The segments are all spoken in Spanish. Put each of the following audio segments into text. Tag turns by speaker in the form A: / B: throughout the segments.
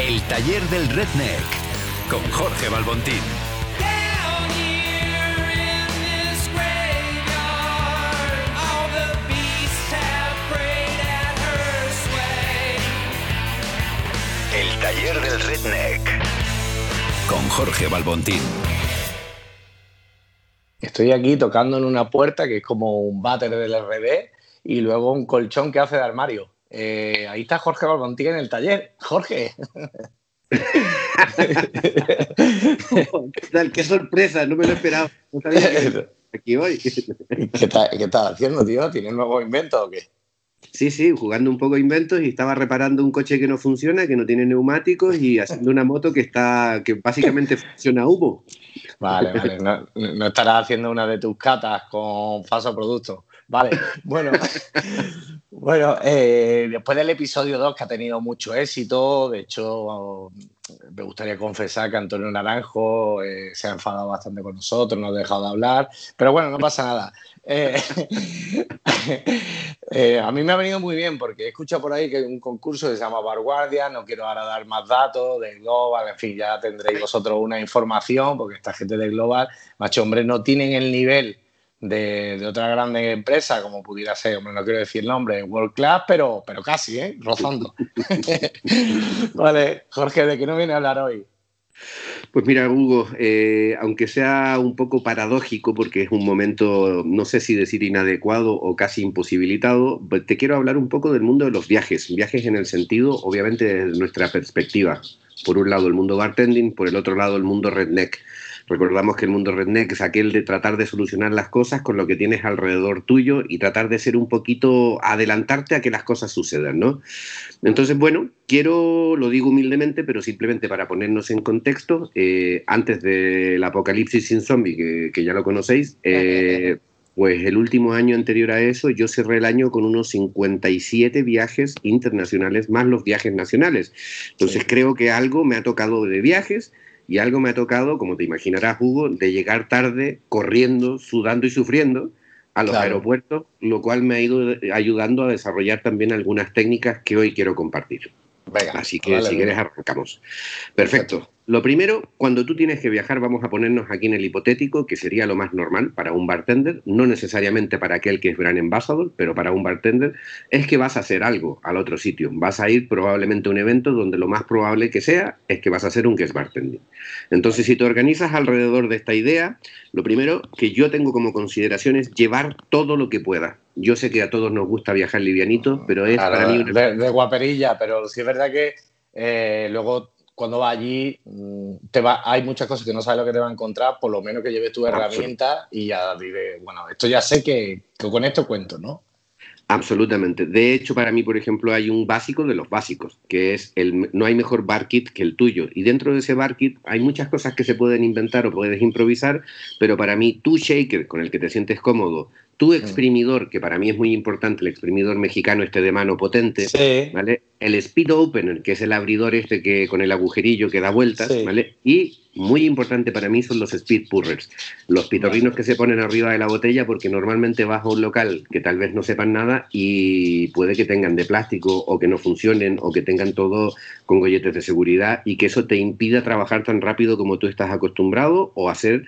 A: El taller del Redneck con Jorge Balbontín. El taller del Redneck con Jorge Balbontín.
B: Estoy aquí tocando en una puerta que es como un váter del RD y luego un colchón que hace de armario. Ahí está Jorge Balbontín en el taller. Jorge.
C: ¿Qué tal? ¡Qué sorpresa! No me lo esperaba. No sabía que aquí hoy.
B: ¿Qué estás haciendo, tío? ¿Tienes nuevos inventos o qué?
C: Sí, jugando un poco a inventos y estaba reparando un coche que no funciona, que no tiene neumáticos y haciendo una moto que básicamente funciona a humo.
B: Vale. No estarás haciendo una de tus catas con falsos productos. Vale, bueno, después del episodio 2 que ha tenido mucho éxito, de hecho me gustaría confesar que Antonio Naranjo se ha enfadado bastante con nosotros, no ha dejado de hablar, pero bueno, no pasa nada. A mí me ha venido muy bien porque he escuchado por ahí que hay un concurso que se llama Vanguardia, no quiero ahora dar más datos de Global, en fin, ya tendréis vosotros una información porque esta gente de Global, macho, hombre, no tienen el nivel de otra grande empresa, como pudiera ser, hombre, no quiero decir el nombre, World Class, pero casi, rozando. Vale, Jorge, ¿de qué nos viene a hablar hoy?
C: Pues mira, Hugo, aunque sea un poco paradójico, porque es un momento, no sé si decir inadecuado o casi imposibilitado, te quiero hablar un poco del mundo de los viajes en el sentido, obviamente, de nuestra perspectiva. Por un lado el mundo bartending, por el otro lado el mundo redneck. Recordamos que el mundo redneck es aquel de tratar de solucionar las cosas con lo que tienes alrededor tuyo y tratar de ser un poquito, adelantarte a que las cosas sucedan, ¿no? Entonces, bueno, lo digo humildemente, pero simplemente para ponernos en contexto, antes del apocalipsis sin zombie, que ya lo conocéis, pues el último año anterior a eso yo cerré el año con unos 57 viajes internacionales más los viajes nacionales. Entonces creo que algo me ha tocado de viajes. Y algo me ha tocado, como te imaginarás, Hugo, de llegar tarde, corriendo, sudando y sufriendo a los aeropuertos, lo cual me ha ido ayudando a desarrollar también algunas técnicas que hoy quiero compartir.
B: Venga,
C: así que si quieres arrancamos. Perfecto. Lo primero, cuando tú tienes que viajar, vamos a ponernos aquí en el hipotético, que sería lo más normal para un bartender, no necesariamente para aquel que es brand ambassador, pero para un bartender, es que vas a hacer algo al otro sitio. Vas a ir probablemente a un evento donde lo más probable que sea es que vas a hacer un guest bartending. Entonces, si te organizas alrededor de esta idea, lo primero que yo tengo como consideración es llevar todo lo que pueda. Yo sé que a todos nos gusta viajar livianito, pero es para mí...
B: De guaperilla, pero sí es verdad que luego... Cuando vas allí, hay muchas cosas que no sabes lo que te va a encontrar, por lo menos que lleves tu herramienta y ya dices, bueno, esto ya sé que con esto cuento, ¿no?
C: Absolutamente. De hecho, para mí, por ejemplo, hay un básico de los básicos, que es no hay mejor bar kit que el tuyo. Y dentro de ese bar kit hay muchas cosas que se pueden inventar o puedes improvisar, pero para mí, tu shaker con el que te sientes cómodo, tu exprimidor, que para mí es muy importante, el exprimidor mexicano de mano potente, ¿vale? El speed opener, que es el abridor que con el agujerillo que da vueltas, ¿vale? Y muy importante para mí son los speed pourers, los pitorrinos que se ponen arriba de la botella, porque normalmente vas a un local que tal vez no sepan nada y puede que tengan de plástico o que no funcionen o que tengan todo con golletes de seguridad y que eso te impida trabajar tan rápido como tú estás acostumbrado o hacer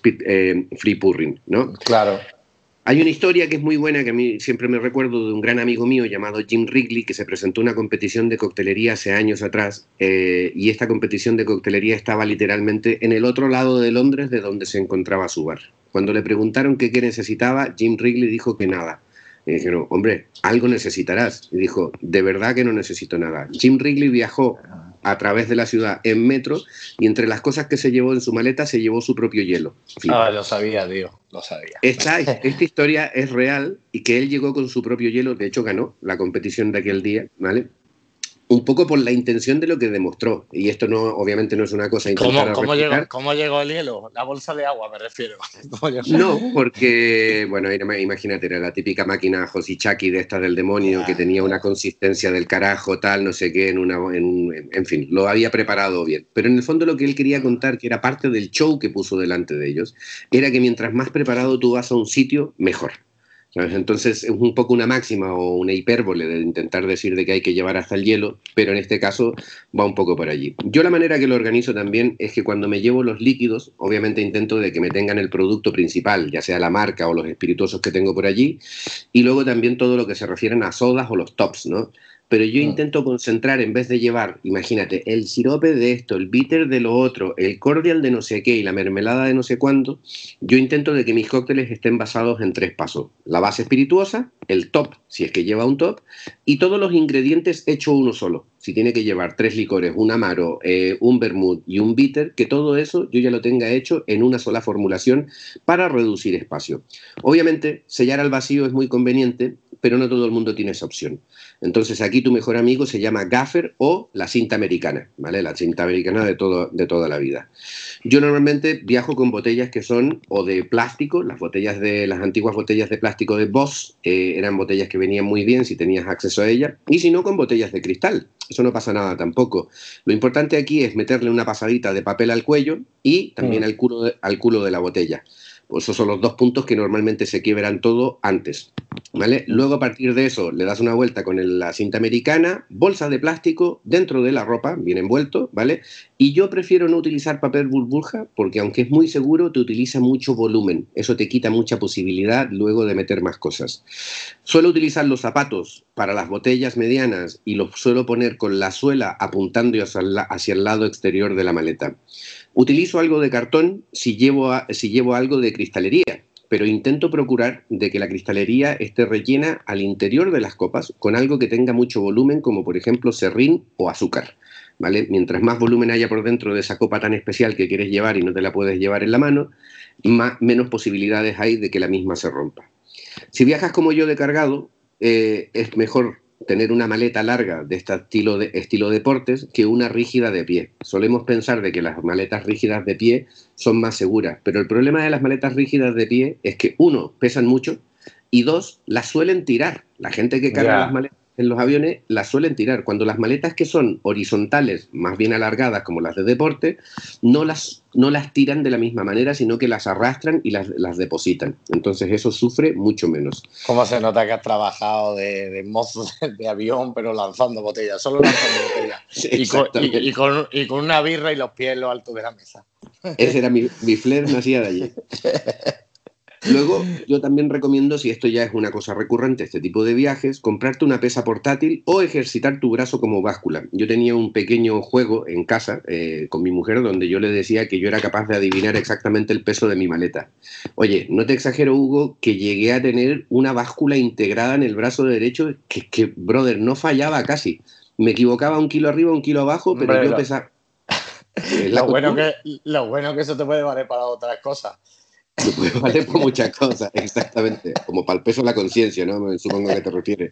C: free pouring, ¿no?
B: Claro.
C: Hay una historia que es muy buena, que a mí siempre me recuerdo, de un gran amigo mío llamado Jim Wrigley, que se presentó a una competición de coctelería hace años atrás, y esta competición de coctelería estaba literalmente en el otro lado de Londres de donde se encontraba su bar. Cuando le preguntaron qué necesitaba, Jim Wrigley dijo que nada. Y dijeron, hombre, algo necesitarás. Y dijo, de verdad que no necesito nada. Jim Wrigley viajó a través de la ciudad en metro y entre las cosas que se llevó en su maleta se llevó su propio hielo.
B: Lo sabía, tío, lo sabía.
C: Esta historia es real y que él llegó con su propio hielo, de hecho ganó la competición de aquel día, ¿vale? Un poco por la intención de lo que demostró. Y esto obviamente no es una cosa intentada replicar.
B: ¿Cómo llegó el hielo? La bolsa de agua, me refiero.
C: No, porque, bueno, imagínate, era la típica máquina Hoshichaki de estas del demonio, que tenía una consistencia del carajo, tal, no sé qué, en fin, lo había preparado bien. Pero en el fondo lo que él quería contar, que era parte del show que puso delante de ellos, era que mientras más preparado tú vas a un sitio, mejor. ¿sabes? Entonces es un poco una máxima o una hipérbole de intentar decir de que hay que llevar hasta el hielo, pero en este caso va un poco por allí. Yo la manera que lo organizo también es que cuando me llevo los líquidos, obviamente intento de que me tengan el producto principal, ya sea la marca o los espirituosos que tengo por allí, y luego también todo lo que se refieren a sodas o los tops, ¿no? Pero yo intento concentrar, en vez de llevar, imagínate, el sirope de esto, el bitter de lo otro, el cordial de no sé qué y la mermelada de no sé cuándo, yo intento de que mis cócteles estén basados en 3 pasos. La base espirituosa, el top, si es que lleva un top, y todos los ingredientes hecho uno solo. Si tiene que llevar 3 licores, un amaro, un vermut y un bitter, que todo eso yo ya lo tenga hecho en una sola formulación para reducir espacio. Obviamente, sellar al vacío es muy conveniente, pero no todo el mundo tiene esa opción. Entonces aquí tu mejor amigo se llama gaffer o la cinta americana, ¿vale? La cinta americana de toda la vida. Yo normalmente viajo con botellas que son o de plástico, las antiguas botellas de plástico de Boss, eran botellas que venían muy bien si tenías acceso a ellas, y si no, con botellas de cristal. Eso no pasa nada tampoco. Lo importante aquí es meterle una pasadita de papel al cuello y también al culo de la botella. Pues esos son los 2 puntos que normalmente se quiebran todo antes, ¿vale? Luego a partir de eso le das una vuelta con la cinta americana, bolsa de plástico dentro de la ropa, bien envuelto, ¿vale? Y yo prefiero no utilizar papel burbuja porque aunque es muy seguro te utiliza mucho volumen, eso te quita mucha posibilidad luego de meter más cosas. Suelo utilizar los zapatos para las botellas medianas y los suelo poner con la suela apuntando hacia el lado exterior de la maleta. Utilizo algo de cartón si llevo algo de cristalería, pero intento procurar de que la cristalería esté rellena al interior de las copas con algo que tenga mucho volumen, como por ejemplo serrín o azúcar, ¿vale? Mientras más volumen haya por dentro de esa copa tan especial que quieres llevar y no te la puedes llevar en la mano, menos posibilidades hay de que la misma se rompa. Si viajas como yo de cargado, es mejor tener una maleta larga de este estilo deportes que una rígida de pie. Solemos pensar de que las maletas rígidas de pie son más seguras, pero el problema de las maletas rígidas de pie es que, 1, pesan mucho y 2, las suelen tirar. La gente que carga las maletas en los aviones las suelen tirar. Cuando las maletas que son horizontales, más bien alargadas como las de deporte, no las tiran de la misma manera, sino que las arrastran y las depositan. Entonces eso sufre mucho menos.
B: ¿Cómo se nota que has trabajado de mozo de avión, pero lanzando botellas? Solo lanzando botellas. Sí, y con una birra y los pies en lo alto de la mesa.
C: Ese era mi flair, nacía de allí. Luego, yo también recomiendo, si esto ya es una cosa recurrente, este tipo de viajes, comprarte una pesa portátil o ejercitar tu brazo como báscula. Yo tenía un pequeño juego en casa con mi mujer donde yo le decía que yo era capaz de adivinar exactamente el peso de mi maleta. Oye, no te exagero, Hugo, que llegué a tener una báscula integrada en el brazo derecho que brother, no fallaba casi. Me equivocaba 1 kilo arriba, 1 kilo abajo, pero yo pesaba...
B: Lo bueno que eso te puede valer para otras cosas.
C: Puede valer por muchas cosas, exactamente. Como para el peso de la conciencia, ¿no? Me supongo que te refieres.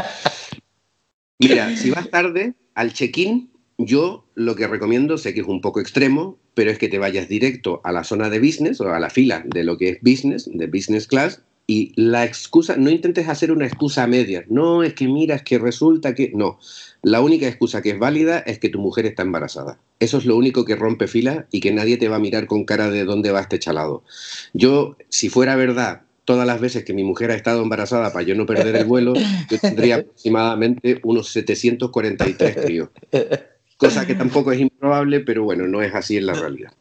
C: Mira, si vas tarde al check-in, yo lo que recomiendo, sé que es un poco extremo, pero es que te vayas directo a la zona de business o a la fila de lo que es business, de business class, y la excusa, no intentes hacer una excusa a medias. No, es que mira, es que resulta que... No, la única excusa que es válida es que tu mujer está embarazada. Eso es lo único que rompe fila y que nadie te va a mirar con cara de dónde va este chalado. Yo, si fuera verdad, todas las veces que mi mujer ha estado embarazada para yo no perder el vuelo, yo tendría aproximadamente unos 743 críos. Cosa que tampoco es improbable, pero bueno, no es así en la realidad.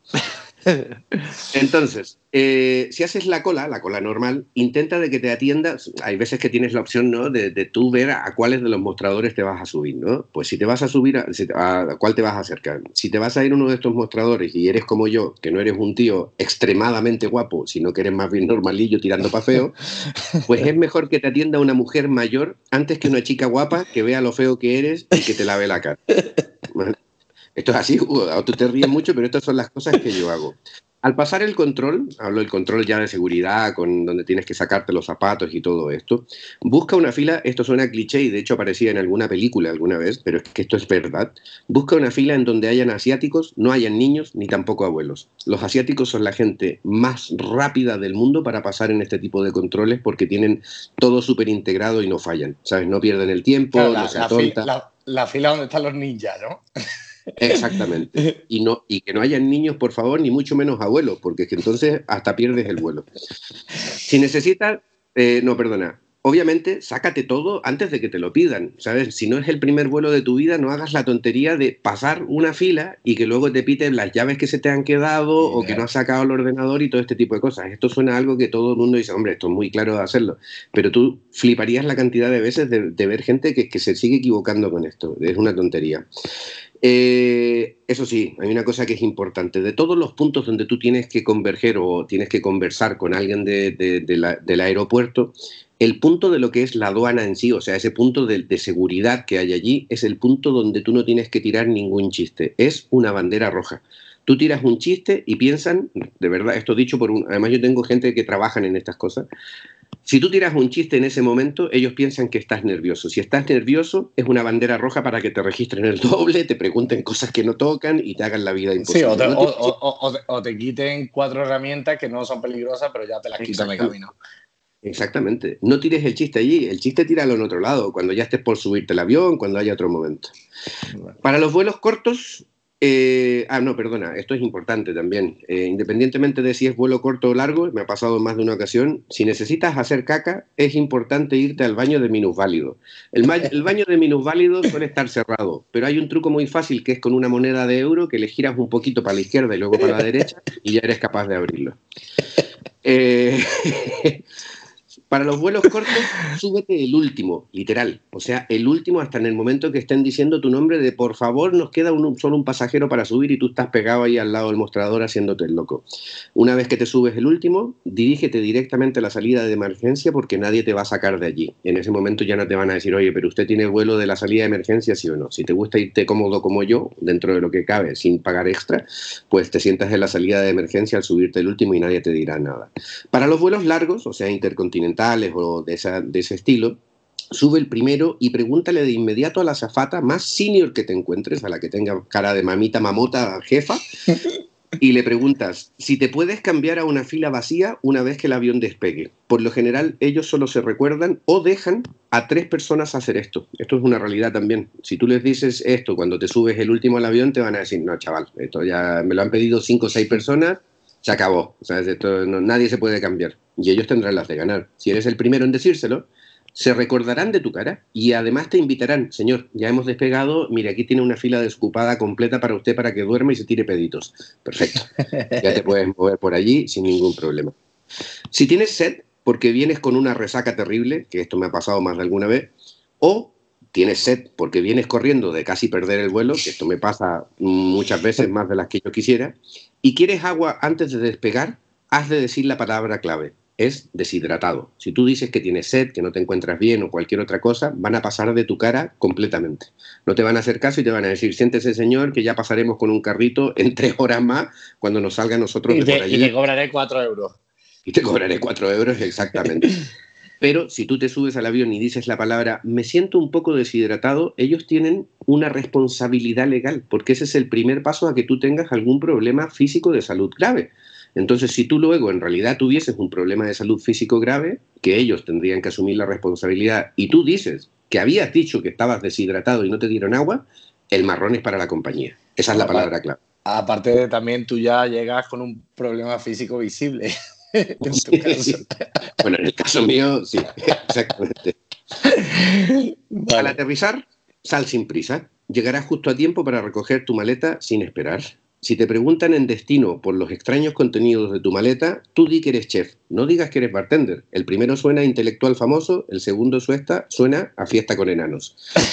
C: Entonces, si haces la cola normal, intenta de que te atiendas. Hay veces que tienes la opción, ¿no?, de tú ver a cuáles de los mostradores te vas a subir, ¿no? Pues si te vas a subir, a cuál te vas a acercar. Si te vas a ir a uno de estos mostradores y eres como yo, que no eres un tío extremadamente guapo, sino que eres más bien normalillo tirando pa' feo, pues es mejor que te atienda una mujer mayor antes que una chica guapa que vea lo feo que eres y que te lave la cara. ¿Vale? Esto es así, tú te ríes mucho, pero estas son las cosas que yo hago. Al pasar el control, hablo del control ya de seguridad, con donde tienes que sacarte los zapatos y todo esto, busca una fila, esto suena cliché y de hecho aparecía en alguna película alguna vez, pero es que esto es verdad, busca una fila en donde hayan asiáticos, no hayan niños ni tampoco abuelos. Los asiáticos son la gente más rápida del mundo para pasar en este tipo de controles porque tienen todo súper integrado y no fallan, ¿sabes? No pierden el tiempo, claro, no se atontan.
B: La fila donde están los ninjas, ¿no?
C: Exactamente. Y que no hayan niños, por favor, ni mucho menos abuelos, porque es que entonces hasta pierdes el vuelo. Si necesitas, No, perdona. Obviamente, sácate todo antes de que te lo pidan, ¿sabes? Si no es el primer vuelo de tu vida, no hagas la tontería de pasar una fila y que luego te piten las llaves que se te han quedado o que no has sacado el ordenador y todo este tipo de cosas. Esto suena a algo que todo el mundo dice, hombre, esto es muy claro de hacerlo. Pero tú fliparías la cantidad de veces de ver gente que se sigue equivocando con esto. Es una tontería. Eso sí, hay una cosa que es importante. De todos los puntos donde tú tienes que converger o tienes que conversar con alguien del aeropuerto, el punto de lo que es la aduana en sí, o sea, ese punto de seguridad que hay allí, es el punto donde tú no tienes que tirar ningún chiste. Es una bandera roja. Tú tiras un chiste y piensan, de verdad, esto dicho por un... Además yo tengo gente que trabajan en estas cosas. Si tú tiras un chiste en ese momento, ellos piensan que estás nervioso. Si estás nervioso, es una bandera roja para que te registren el doble, te pregunten cosas que no tocan y te hagan la vida
B: Sí,
C: imposible.
B: o te quiten 4 herramientas que no son peligrosas, pero ya te las quitan de camino.
C: Exactamente. No tires el chiste allí, el chiste tíralo en otro lado, cuando ya estés por subirte el avión, cuando haya otro momento. Para los vuelos cortos, no, perdona, esto es importante también. Independientemente de si es vuelo corto o largo, me ha pasado en más de una ocasión, si necesitas hacer caca, es importante irte al baño de minusválido. El baño de minusválido suele estar cerrado, pero hay un truco muy fácil que es con una moneda de euro que le giras un poquito para la izquierda y luego para la derecha y ya eres capaz de abrirlo. Para los vuelos cortos, súbete el último, literal. O sea, el último hasta en el momento que estén diciendo tu nombre de por favor, nos queda solo un pasajero para subir y tú estás pegado ahí al lado del mostrador haciéndote el loco. Una vez que te subes el último, dirígete directamente a la salida de emergencia porque nadie te va a sacar de allí. En ese momento ya no te van a decir, oye, pero usted tiene vuelo de la salida de emergencia, sí o no. Si te gusta irte cómodo como yo, dentro de lo que cabe, sin pagar extra, pues te sientas en la salida de emergencia al subirte el último y nadie te dirá nada. Para los vuelos largos, o sea, intercontinentales, o de ese estilo, sube el primero y pregúntale de inmediato a la azafata más senior que te encuentres, a la que tenga cara de mamita, mamota, jefa, y le preguntas si te puedes cambiar a una fila vacía una vez que el avión despegue. Por lo general, ellos solo se recuerdan o dejan a 3 personas hacer esto. Esto es una realidad también. Si tú les dices esto cuando te subes el último al avión, te van a decir, no, chaval, esto ya me lo han pedido 5 o 6 personas, se acabó. O sea, esto, nadie se puede cambiar. Y ellos tendrán las de ganar. Si eres el primero en decírselo, se recordarán de tu cara y además te invitarán, señor, ya hemos despegado, mire, aquí tiene una fila descupada completa para usted para que duerma y se tire peditos. Perfecto. Ya te puedes mover por allí sin ningún problema. Si tienes sed, porque vienes con una resaca terrible, que esto me ha pasado más de alguna vez, o tienes sed porque vienes corriendo de casi perder el vuelo, que esto me pasa muchas veces más de las que yo quisiera, y quieres agua antes de despegar, has de decir la palabra clave. Es deshidratado. Si tú dices que tienes sed, que no te encuentras bien o cualquier otra cosa, van a pasar de tu cara completamente. No te van a hacer caso y te van a decir, siéntese señor, que ya pasaremos con un carrito en 3 horas más cuando nos salga nosotros de por allí.
B: Y te cobraré 4 euros.
C: Y te cobraré 4 euros, exactamente. Pero si tú te subes al avión y dices la palabra me siento un poco deshidratado, ellos tienen una responsabilidad legal, porque ese es el primer paso a que tú tengas algún problema físico de salud grave. Entonces, si tú luego en realidad tuvieses un problema de salud físico grave, que ellos tendrían que asumir la responsabilidad, y tú dices que habías dicho que estabas deshidratado y no te dieron agua, el marrón es para la compañía. Esa es la palabra clave.
B: Aparte de también tú ya llegas con un problema físico visible. En tu caso.
C: Bueno, en el caso mío, sí, exactamente. Vale. Al aterrizar, sal sin prisa. Llegarás justo a tiempo para recoger tu maleta sin esperar. Si te preguntan en destino por los extraños contenidos de tu maleta, tú di que eres chef, no digas que eres bartender. El primero suena a intelectual famoso, el segundo suena a fiesta con enanos.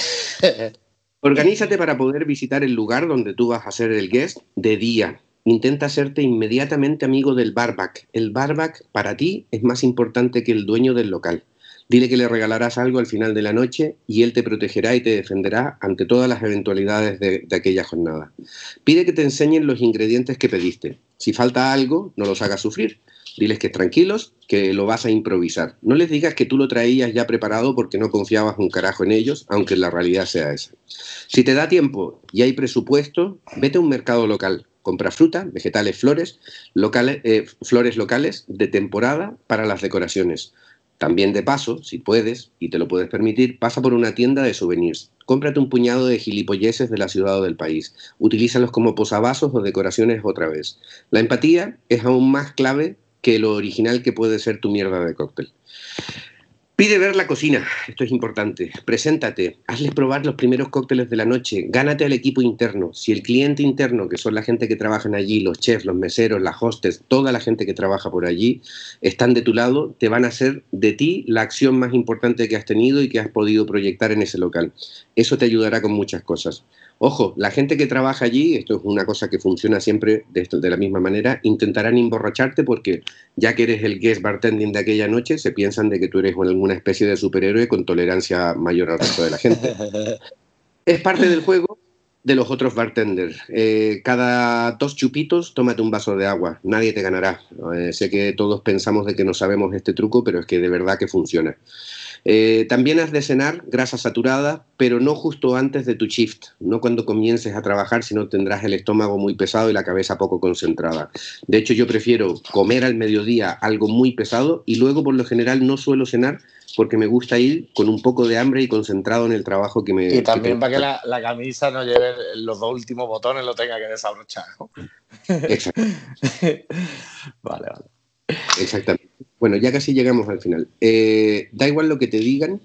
C: Organízate para poder visitar el lugar donde tú vas a ser el guest de día. Intenta hacerte inmediatamente amigo del barback. El barback para ti es más importante que el dueño del local. Dile que le regalarás algo al final de la noche y él te protegerá y te defenderá ante todas las eventualidades de aquella jornada. Pide que te enseñen los ingredientes que pediste. Si falta algo, no los hagas sufrir. Diles que tranquilos, que lo vas a improvisar. No les digas que tú lo traías ya preparado porque no confiabas un carajo en ellos, aunque la realidad sea esa. Si te da tiempo y hay presupuesto, vete a un mercado local. Compra fruta, vegetales, flores locales de temporada para las decoraciones. También de paso, si puedes y te lo puedes permitir, pasa por una tienda de souvenirs. Cómprate un puñado de gilipolleces de la ciudad o del país. Utilízalos como posavasos o decoraciones otra vez. La empatía es aún más clave que lo original que puede ser tu mierda de cóctel. Pide ver la cocina, esto es importante. Preséntate, hazles probar los primeros cócteles de la noche, gánate al equipo interno. Si el cliente interno, que son la gente que trabajan allí, los chefs, los meseros, las hostes, toda la gente que trabaja por allí, están de tu lado, te van a hacer de ti la acción más importante que has tenido y que has podido proyectar en ese local. Eso te ayudará con muchas cosas. Ojo, la gente que trabaja allí, esto es una cosa que funciona siempre de la misma manera, intentarán emborracharte porque ya que eres el guest bartending de aquella noche, se piensan de que tú eres alguna especie de superhéroe con tolerancia mayor al resto de la gente. Es parte del juego de los otros bartenders. Cada 2 chupitos, tómate un vaso de agua. Nadie te ganará. Sé que todos pensamos de que no sabemos este truco, pero es que de verdad que funciona. También has de cenar grasa saturada, pero no justo antes de tu shift, no cuando comiences a trabajar, sino tendrás el estómago muy pesado y la cabeza poco concentrada. De hecho, yo prefiero comer al mediodía algo muy pesado y luego, por lo general, no suelo cenar porque me gusta ir con un poco de hambre y concentrado en el trabajo que me...
B: Y también para que la camisa no lleve los 2 últimos botones, lo tenga que desabrochar, ¿no?
C: Exacto.
B: Vale.
C: Exactamente. Bueno, ya casi llegamos al final. Da igual lo que te digan,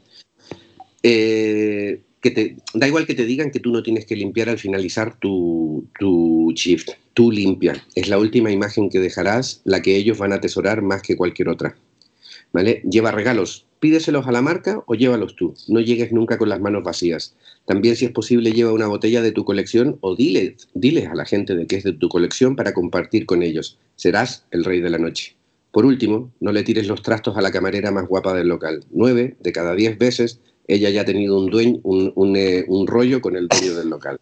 C: da igual que te digan que tú no tienes que limpiar al finalizar tu shift. Tú limpia. Es la última imagen que dejarás, la que ellos van a atesorar más que cualquier otra. ¿Vale? Lleva regalos. Pídeselos a la marca o llévalos tú. No llegues nunca con las manos vacías. También, si es posible, lleva una botella de tu colección o diles a la gente de que es de tu colección para compartir con ellos. Serás el rey de la noche. Por último, no le tires los trastos a la camarera más guapa del local. 9 de cada 10 veces ella ya ha tenido un rollo con el dueño del local.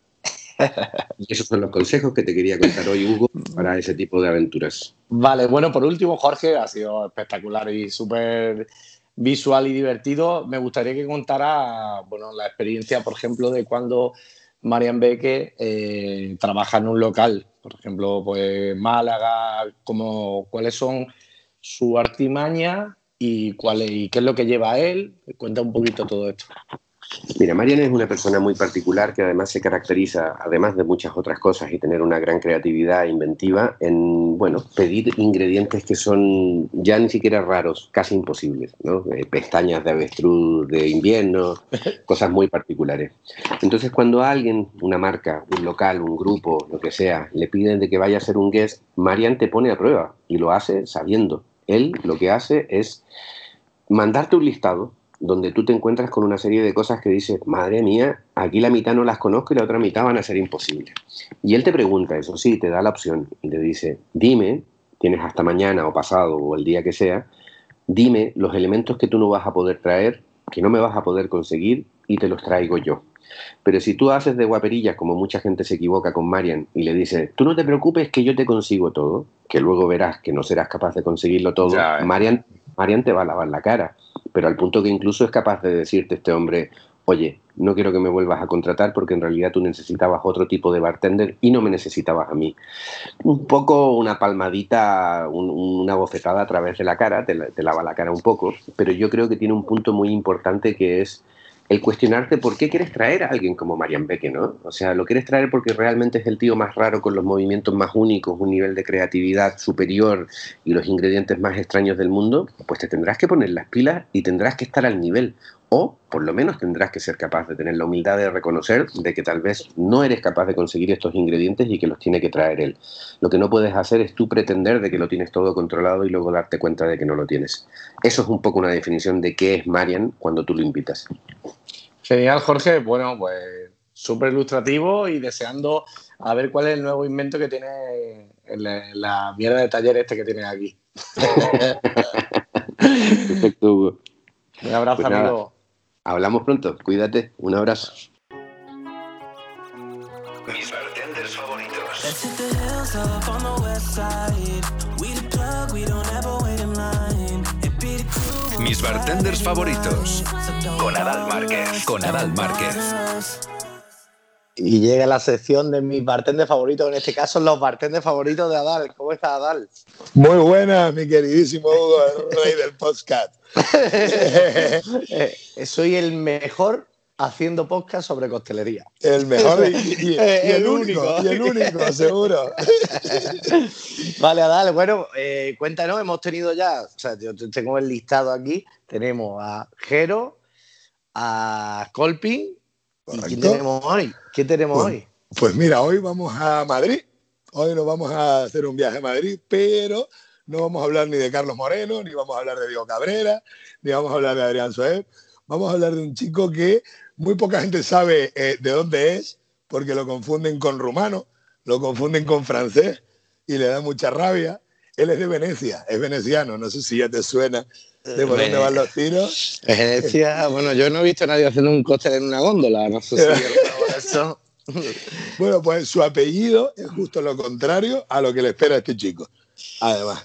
C: Y esos son los consejos que te quería contar hoy, Hugo, para ese tipo de aventuras.
B: Vale, bueno, por último, Jorge, ha sido espectacular y súper visual y divertido. Me gustaría que contara, bueno, la experiencia, por ejemplo, de cuando Marian Beque trabaja en un local, por ejemplo, pues Málaga, cuáles son su artimaña y qué es lo que lleva a él. Cuenta un poquito todo esto.
C: Mira, Marian es una persona muy particular que además se caracteriza, además de muchas otras cosas y tener una gran creatividad inventiva, en, bueno, pedir ingredientes que son ya ni siquiera raros, casi imposibles, ¿no? Pestañas de avestruz de invierno, cosas muy particulares. Entonces, cuando a alguien, una marca, un local, un grupo, lo que sea, le piden de que vaya a ser un guest, Marian te pone a prueba y lo hace sabiendo. Él lo que hace es mandarte un listado donde tú te encuentras con una serie de cosas que dices, madre mía, aquí la mitad no las conozco y la otra mitad van a ser imposibles. Y él te pregunta eso, sí, te da la opción y te dice, dime, tienes hasta mañana o pasado o el día que sea, dime los elementos que tú no vas a poder traer, que no me vas a poder conseguir y te los traigo yo. Pero si tú haces de guaperillas, como mucha gente se equivoca con Marian, y le dices, tú no te preocupes que yo te consigo todo, que luego verás que no serás capaz de conseguirlo todo, Marian te va a lavar la cara. Pero al punto que incluso es capaz de decirte este hombre, oye, no quiero que me vuelvas a contratar porque en realidad tú necesitabas otro tipo de bartender y no me necesitabas a mí. Un poco una palmadita, una bofetada a través de la cara, te lava la cara un poco, pero yo creo que tiene un punto muy importante que es el cuestionarte por qué quieres traer a alguien como Marian Beque, ¿no? O sea, ¿lo quieres traer porque realmente es el tío más raro con los movimientos más únicos, un nivel de creatividad superior y los ingredientes más extraños del mundo? Pues te tendrás que poner las pilas y tendrás que estar al nivel. O, por lo menos, tendrás que ser capaz de tener la humildad de reconocer de que tal vez no eres capaz de conseguir estos ingredientes y que los tiene que traer él. Lo que no puedes hacer es tú pretender de que lo tienes todo controlado y luego darte cuenta de que no lo tienes. Eso es un poco una definición de qué es Marian cuando tú lo invitas.
B: Genial, Jorge. Bueno, pues súper ilustrativo y deseando a ver cuál es el nuevo invento que tiene en la mierda de taller que tienes aquí.
C: Perfecto, Hugo.
B: Un abrazo, pues amigo. Nada.
C: Hablamos pronto. Cuídate. Un abrazo.
A: Mis bartenders favoritos. Mis bartenders favoritos. Con Adal Márquez.
B: Y llega la sección de mis bartenders favoritos, en este caso los bartenders favoritos de Adal. ¿Cómo está Adal?
D: Muy buenas, mi queridísimo Hugo, el rey del podcast.
B: Soy el mejor haciendo podcast sobre costelería.
D: El mejor y el único, seguro.
B: Vale, Adal, bueno, cuéntanos, hemos tenido ya, o sea, yo tengo el listado aquí, tenemos a Jero, a Colpin, ¿y quién tenemos hoy? ¿Quién tenemos hoy?
D: Pues mira, hoy vamos a Madrid, hoy nos vamos a hacer un viaje a Madrid, pero no vamos a hablar ni de Carlos Moreno, ni vamos a hablar de Diego Cabrera, ni vamos a hablar de Adrián Suárez. Vamos a hablar de un chico que muy poca gente sabe de dónde es, porque lo confunden con rumano, lo confunden con francés y le da mucha rabia. Él es de Venecia, es veneciano, no sé si ya te suena de por dónde van los tiros.
B: Venecia, bueno, yo no he visto a nadie haciendo un cóctel en una góndola, no sé si es eso.
D: Bueno, pues su apellido es justo lo contrario a lo que le espera a este chico. Además,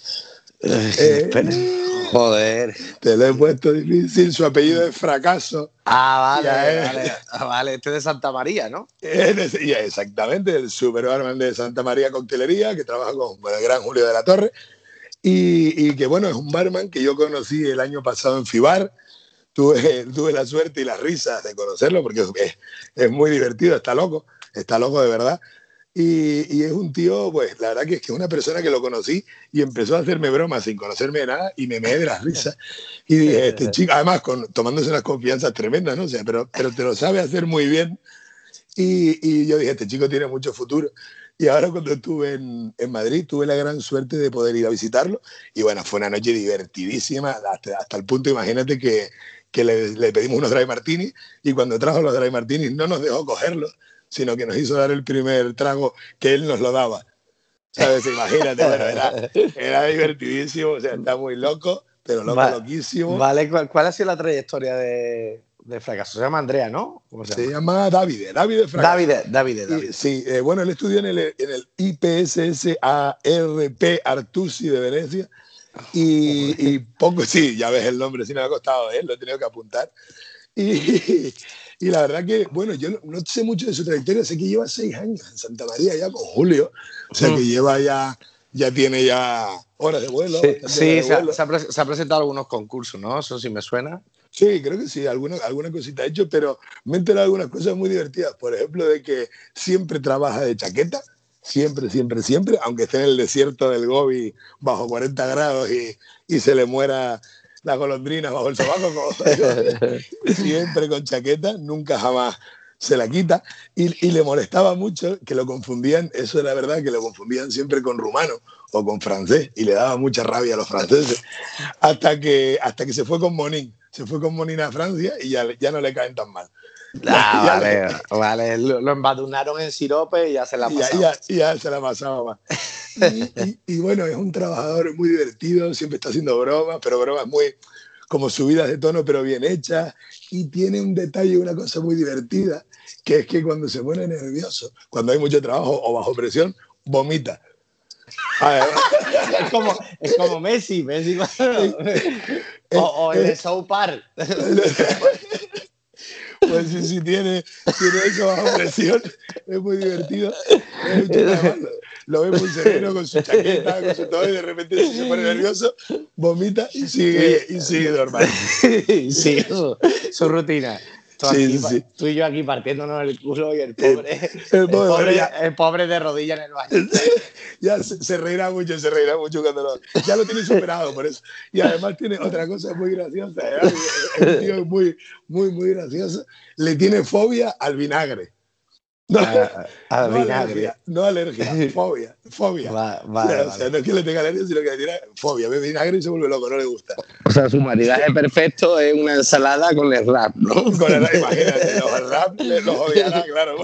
B: joder.
D: Te lo he puesto difícil. Su apellido es Fracaso.
B: Vale. Este es de Santa María, ¿no?
D: Exactamente, el super barman de Santa María Coctelería, que trabaja con el gran Julio de la Torre. Y que, bueno, es un barman que yo conocí el año pasado en Fibar. Tuve la suerte y las risas de conocerlo, porque es muy divertido, está loco de verdad. Y es un tío, pues la verdad que es una persona que lo conocí y empezó a hacerme bromas sin conocerme de nada y me meé de las risas. Y dije, este chico, además tomándose unas confianzas tremendas, ¿no? O sea, pero te lo sabe hacer muy bien. Y yo dije, este chico tiene mucho futuro. Y ahora cuando estuve en Madrid, tuve la gran suerte de poder ir a visitarlo. Y bueno, fue una noche divertidísima, hasta el punto, imagínate que le pedimos unos dry martini y cuando trajo los dry martini no nos dejó cogerlos, sino que nos hizo dar el primer trago que él nos lo daba. ¿Sabes? Imagínate, bueno, era divertidísimo, o sea, está muy loco, pero loquísimo.
B: Vale, ¿cuál ha sido la trayectoria de Fracaso? Se llama Andrea, ¿no? ¿Cómo se
D: llama Davide Fracaso.
B: Davide.
D: Sí, bueno, él estudió en el IPSS ARP Artusi de Venecia. Y poco, sí, ya ves el nombre, sí me ha costado, lo he tenido que apuntar. Y la verdad que, bueno, yo no sé mucho de su trayectoria, sé que lleva 6 años en Santa María ya con Julio, o sea que lleva ya tiene horas de vuelo.
B: Sí, se ha presentado algunos concursos, ¿no? Eso sí me suena.
D: Sí, creo que sí, alguna cosita ha hecho, pero me he enterado de algunas cosas muy divertidas, por ejemplo, de que siempre trabaja de chaqueta, siempre, aunque esté en el desierto del Gobi bajo 40 grados y se le muera las golondrinas bajo el sobaco, siempre con chaqueta, nunca jamás se la quita, y le molestaba mucho que lo confundían, eso era verdad, que lo confundían siempre con rumano o con francés, y le daba mucha rabia a los franceses, hasta que se fue con Monín a Francia y ya no le caen tan mal.
B: Vale, lo embadunaron en sirope y ya se la pasaba.
D: Ya se la pasaba más. Y bueno, es un trabajador muy divertido, siempre está haciendo bromas, pero bromas muy como subidas de tono, pero bien hechas. Y tiene un detalle, una cosa muy divertida, que es que cuando se pone nervioso, cuando hay mucho trabajo o bajo presión, vomita.
B: Es como Messi o el de South Park.
D: Pues sí, tiene eso bajo presión, es muy divertido. Lo ve muy sereno con su chaqueta, con su todo, y de repente se pone nervioso, vomita y sigue normal.
B: Sí, su rutina. Tú y yo aquí partiéndonos el culo y el pobre de rodillas en el baño.
D: Ya se reirá mucho cuando ya lo tiene superado por eso. Y además tiene otra cosa muy graciosa, el tío es muy, muy, muy gracioso. Le tiene fobia al vinagre. No alergia, fobia.
B: Vale.
D: O sea, no es que le tenga alergia, sino que le tiene fobia. Ve vinagre y se vuelve loco, no le gusta.
B: O sea, su maridaje perfecto es una ensalada con el rap, ¿no?
D: Con el rap, imagínate, los rap los odiará, claro.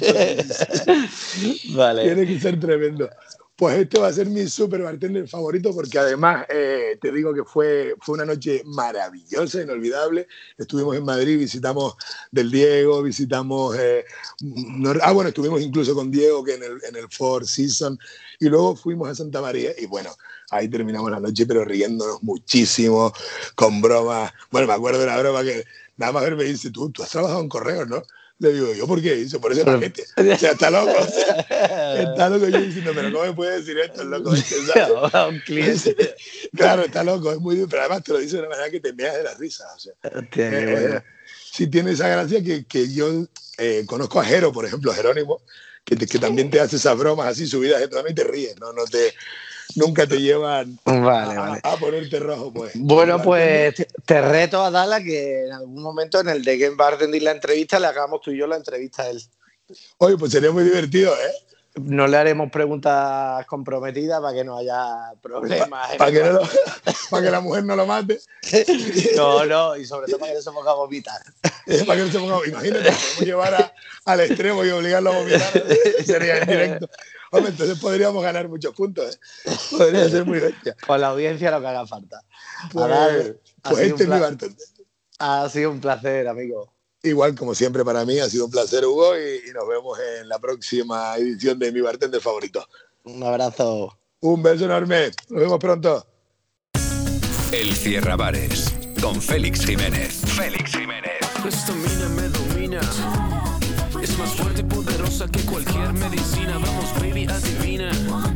B: Vale.
D: Tiene que ser tremendo. Pues este va a ser mi super bartender favorito porque además te digo que fue una noche maravillosa, inolvidable. Estuvimos en Madrid, visitamos Del Diego, visitamos... estuvimos incluso con Diego que en el Four Seasons y luego fuimos a Santa María y bueno, ahí terminamos la noche pero riéndonos muchísimo, con bromas. Bueno, me acuerdo de una broma que nada más me dice, tú has trabajado en correos, ¿no? Le digo, ¿yo por qué? Dice, por ese paquete. O sea, está loco. Está loco yo diciendo, pero ¿cómo me puede decir esto? El loco
B: un cliente.
D: Claro, está loco, es muy duro, pero además te lo dice de una manera que te meas de la risa. O sea, sí tiene esa gracia que yo conozco a Jero, por ejemplo, a Jerónimo, que también te hace esas bromas así subidas de tono y te ríes, ¿no? Nunca te llevan
B: Vale.
D: a ponerte rojo, pues.
B: Bueno, pues te reto a Dala que en algún momento en el de Game Bartending la entrevista le hagamos tú y yo la entrevista a él.
D: Oye, pues sería muy divertido, ¿eh?
B: No le haremos preguntas comprometidas para que no haya problemas.
D: Para que la mujer no lo mate.
B: No, y sobre todo para que no se ponga a vomitar.
D: Para que no se ponga, imagínate, podemos llevar al extremo y obligarlo a vomitar. Sería en directo. Hombre, entonces podríamos ganar muchos puntos, ¿eh? Podría ser muy bestia.
B: Con la audiencia lo que haga falta.
D: Pues este es mi bartender.
B: Ha sido un placer, amigo.
D: Igual, como siempre para mí, ha sido un placer, Hugo, y nos vemos en la próxima edición de Mi Bartender Favorito.
B: Un abrazo.
D: Un beso enorme. Nos vemos pronto.
A: El Cierra Bares con Félix Jiménez. Félix Jiménez.
E: Esta mina me domina. Es más fuerte y poderosa que cualquier medicina. Vamos, baby, adivina.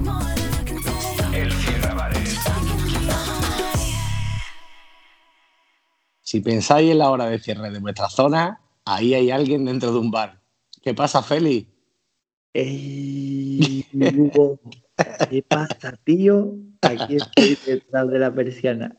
A: El Cierra Bares.
B: Si pensáis en la hora de cierre de vuestra zona, ahí hay alguien dentro de un bar. ¿Qué pasa, Félix?
F: ¡Ey, Hugo! ¿Qué pasa, tío? Aquí estoy detrás de la persiana.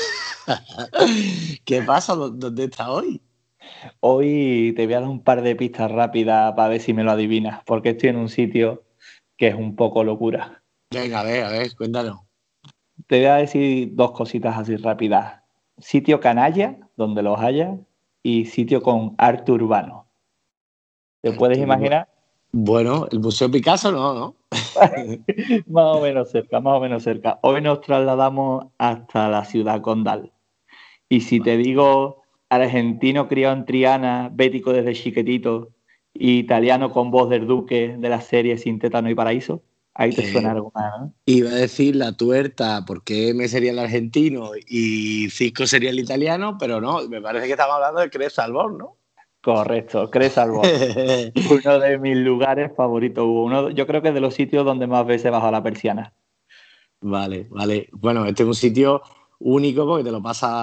B: ¿Qué pasa? ¿Dónde estás hoy?
F: Hoy te voy a dar un par de pistas rápidas para ver si me lo adivinas, porque estoy en un sitio que es un poco locura.
B: Venga, a ver, cuéntanos.
F: Te voy a decir dos cositas así rápidas. Sitio canalla, donde los haya, y sitio con arte urbano. ¿Te puedes imaginar?
B: Bueno, el Museo Picasso no.
F: Más o menos cerca. Hoy nos trasladamos hasta la ciudad condal. Y si te digo argentino criado en Triana, bético desde chiquitito, y italiano con voz del duque de la serie Sin Tétano y Paraíso, ahí te suena algo más, ¿no?
B: Iba a decir la tuerta, porque M sería el argentino y Cisco sería el italiano, pero no, me parece que estamos hablando de Cres Albor, ¿no?
F: Correcto, Cres Albor. Uno de mis lugares favoritos, Hugo. Yo creo que es de los sitios donde más veces bajo la persiana.
B: Vale. Bueno, este es un sitio único porque te lo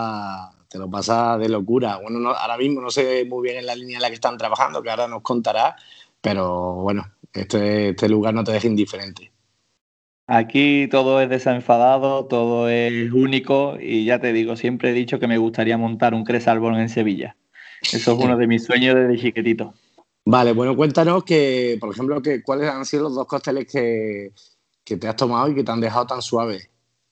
B: pasa de locura. Bueno, ahora mismo no sé muy bien en la línea en la que están trabajando, que ahora nos contará, pero bueno, este lugar no te deja indiferente.
F: Aquí todo es desenfadado, todo es único y ya te digo, siempre he dicho que me gustaría montar un Cres Albor en Sevilla. Eso es uno de mis sueños desde chiquitito.
B: Vale, bueno, cuéntanos que, por ejemplo, cuáles han sido los dos cócteles que te has tomado y que te han dejado tan suave.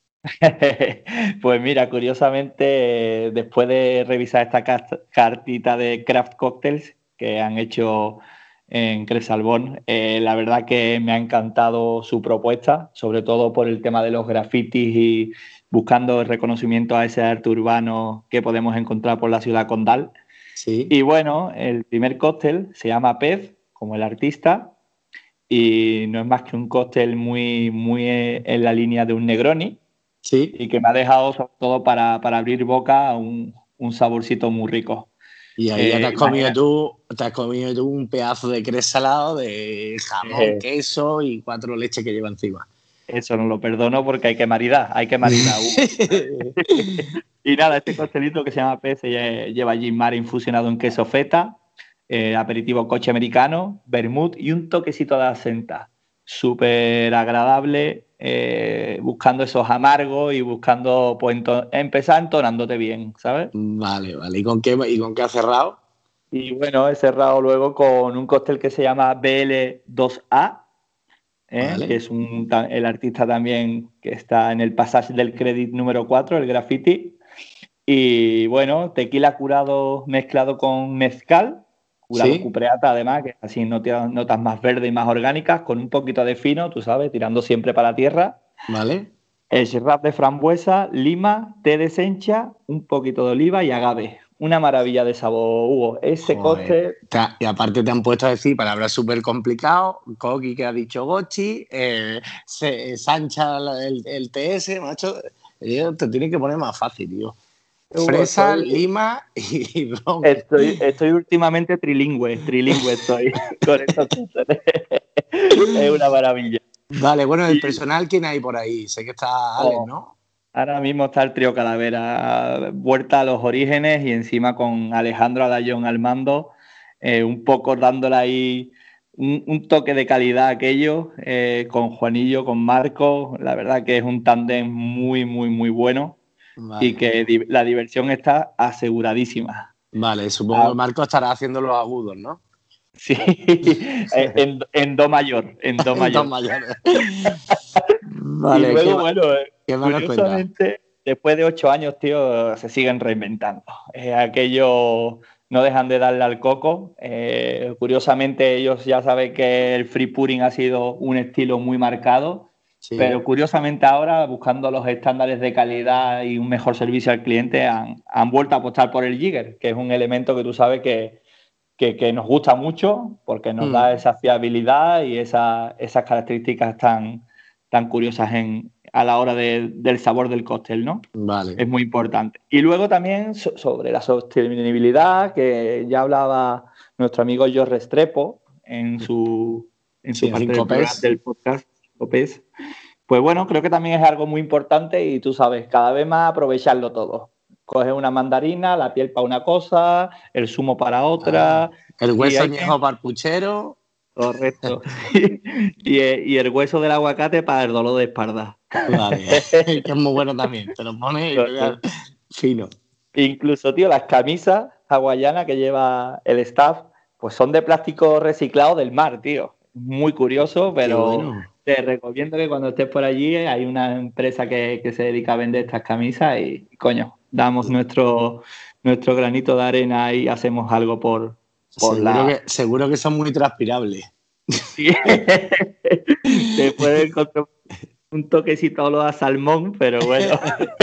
F: Pues mira, curiosamente, después de revisar esta cartita de craft cocktails que han hecho en Cres Albor, la verdad que me ha encantado su propuesta, sobre todo por el tema de los grafitis y buscando el reconocimiento a ese arte urbano que podemos encontrar por la ciudad condal.
B: Sí.
F: Y bueno, el primer cóctel se llama Pez, como el artista, y no es más que un cóctel muy en la línea de un Negroni.
B: Sí.
F: Y que me ha dejado sobre todo para abrir boca un saborcito muy rico.
B: Y ahí ya te has comido tú un pedazo de Cres salado de jamón, queso y 4 leches que lleva encima.
F: Eso no lo perdono porque hay que maridar. Y nada, este costelito que se llama Pez lleva gin mare infusionado en queso feta, aperitivo coche americano, vermut y un toquecito de absenta. Súper agradable, buscando esos amargos y buscando pues, empezar entonándote bien, ¿sabes?
B: Vale. ¿Y con qué has cerrado?
F: Y bueno, he cerrado luego con un cóctel que se llama BL2A, vale. Que es el artista también que está en el Passage del Credit número 4, el graffiti. Y bueno, tequila curado mezclado con mezcal, curado cupreata además, que así notas más verdes y más orgánicas, con un poquito de fino, tú sabes, tirando siempre para la tierra.
B: Vale.
F: El sirrap de frambuesa, lima, té de sencha, un poquito de oliva y agave. Una maravilla de sabor, Hugo. Ese cóctel...
B: Y aparte te han puesto a decir palabras súper complicadas, Coqui que ha dicho Gochi, Sancha el TS, macho, te tiene que poner más fácil, tío. Fresa, lima y ron.
F: Estoy últimamente trilingüe estoy con estos cócteles. Es una maravilla.
B: Vale, bueno, el personal, ¿quién hay por ahí? Sé que está Alex, ¿no?
F: Ahora mismo está el trío Calavera, vuelta a los orígenes y encima con Alejandro Alayón al mando, un poco dándole ahí un toque de calidad a aquello, con Juanillo, con Marco. La verdad que es un tándem muy, muy, muy bueno. Vale. Y que la diversión está aseguradísima.
B: Vale, supongo que Marco estará haciendo los agudos, ¿no?
F: Sí, en do mayor. En do mayor. Vale, y luego, bueno, curiosamente, después de 8 años, tío, se siguen reinventando. Aquello no dejan de darle al coco. Curiosamente, ellos ya saben que el free pouring ha sido un estilo muy marcado, sí. Pero curiosamente ahora, buscando los estándares de calidad y un mejor servicio al cliente, han vuelto a apostar por el jigger, que es un elemento que tú sabes que nos gusta mucho porque nos da esa fiabilidad y esas características tan curiosas a la hora del sabor del cóctel, ¿no?
B: Vale.
F: Es muy importante. Y luego también sobre la sostenibilidad, que ya hablaba nuestro amigo George Restrepo en su programa del podcast Copés. Pues bueno, creo que también es algo muy importante y tú sabes, cada vez más aprovecharlo todo. Coges una mandarina, la piel para una cosa, el zumo para otra.
B: El hueso añejo para el puchero.
F: Correcto. y el hueso del aguacate para el dolor de espalda.
B: Vale, que es muy bueno también. Te lo pones fino.
F: Incluso, tío, las camisas hawaianas que lleva el staff, pues son de plástico reciclado del mar, tío. Muy curioso, pero bueno. Te recomiendo que cuando estés por allí hay una empresa que se dedica a vender estas camisas y, coño, damos nuestro granito de arena y hacemos algo por
B: seguro que son muy transpirables.
F: Sí. Te puede encontrar un toquecito a salmón, pero bueno.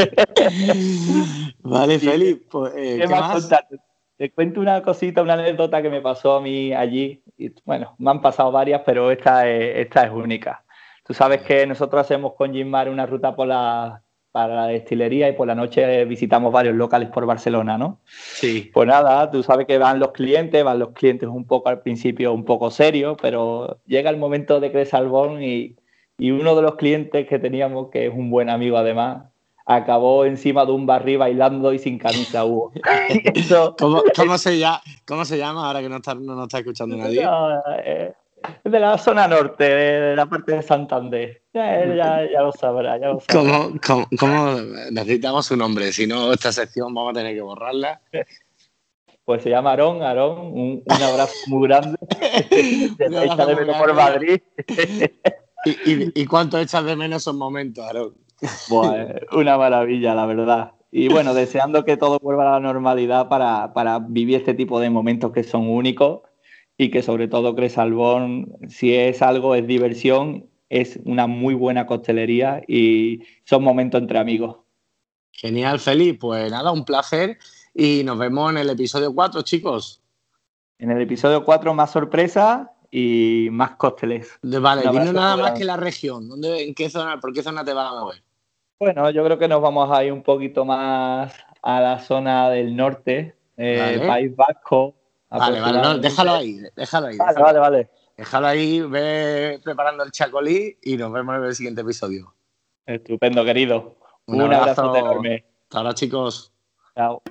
B: Vale, Félix, pues, ¿qué más?
F: Te cuento una cosita, una anécdota que me pasó a mí allí. Y, bueno, me han pasado varias, pero esta es única. Tú sabes que nosotros hacemos con Ginmar una ruta para la destilería y por la noche visitamos varios locales por Barcelona, ¿no?
B: Sí.
F: Pues nada, tú sabes que van los clientes un poco al principio un poco serios, pero llega el momento de Cres Albón y uno de los clientes que teníamos, que es un buen amigo además, acabó encima de un barril bailando y sin camisa, Hugo.
B: ¿Cómo se llama ahora que no nos está escuchando nadie?
F: De la zona norte, de la parte de Santander. Ya lo sabrá,
B: ¿Cómo necesitamos su nombre? Si no, esta sección vamos a tener que borrarla.
F: Pues se llama Aarón, un abrazo muy grande. Te echa de menos por Madrid.
B: ¿Y cuánto echas de menos esos momentos, Aarón?
F: Pues una maravilla, la verdad. Y bueno, deseando que todo vuelva a la normalidad para vivir este tipo de momentos que son únicos y que sobre todo Cres Albón, si es algo, es diversión, es una muy buena coctelería y son momentos entre amigos.
B: Genial, Félix. Pues nada, un placer y nos vemos en el episodio 4, chicos.
F: En el episodio 4 más sorpresas y más cócteles.
B: Vale, dinos nada más que la región. ¿Por qué zona te vas a mover?
F: Bueno, yo creo que nos vamos a ir un poquito más a la zona del norte, País Vasco.
B: Vale, no, déjalo ahí.
F: Vale.
B: Déjalo ahí, ve preparando el chacolí y nos vemos en el siguiente episodio.
F: Estupendo, querido. Un abrazo enorme.
B: Hasta ahora, chicos.
F: Chao.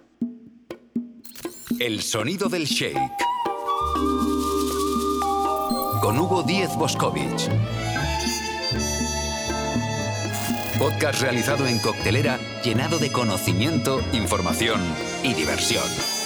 A: El sonido del shake. Con Hugo Díez Boscovich. Podcast realizado en coctelera, llenado de conocimiento, información y diversión.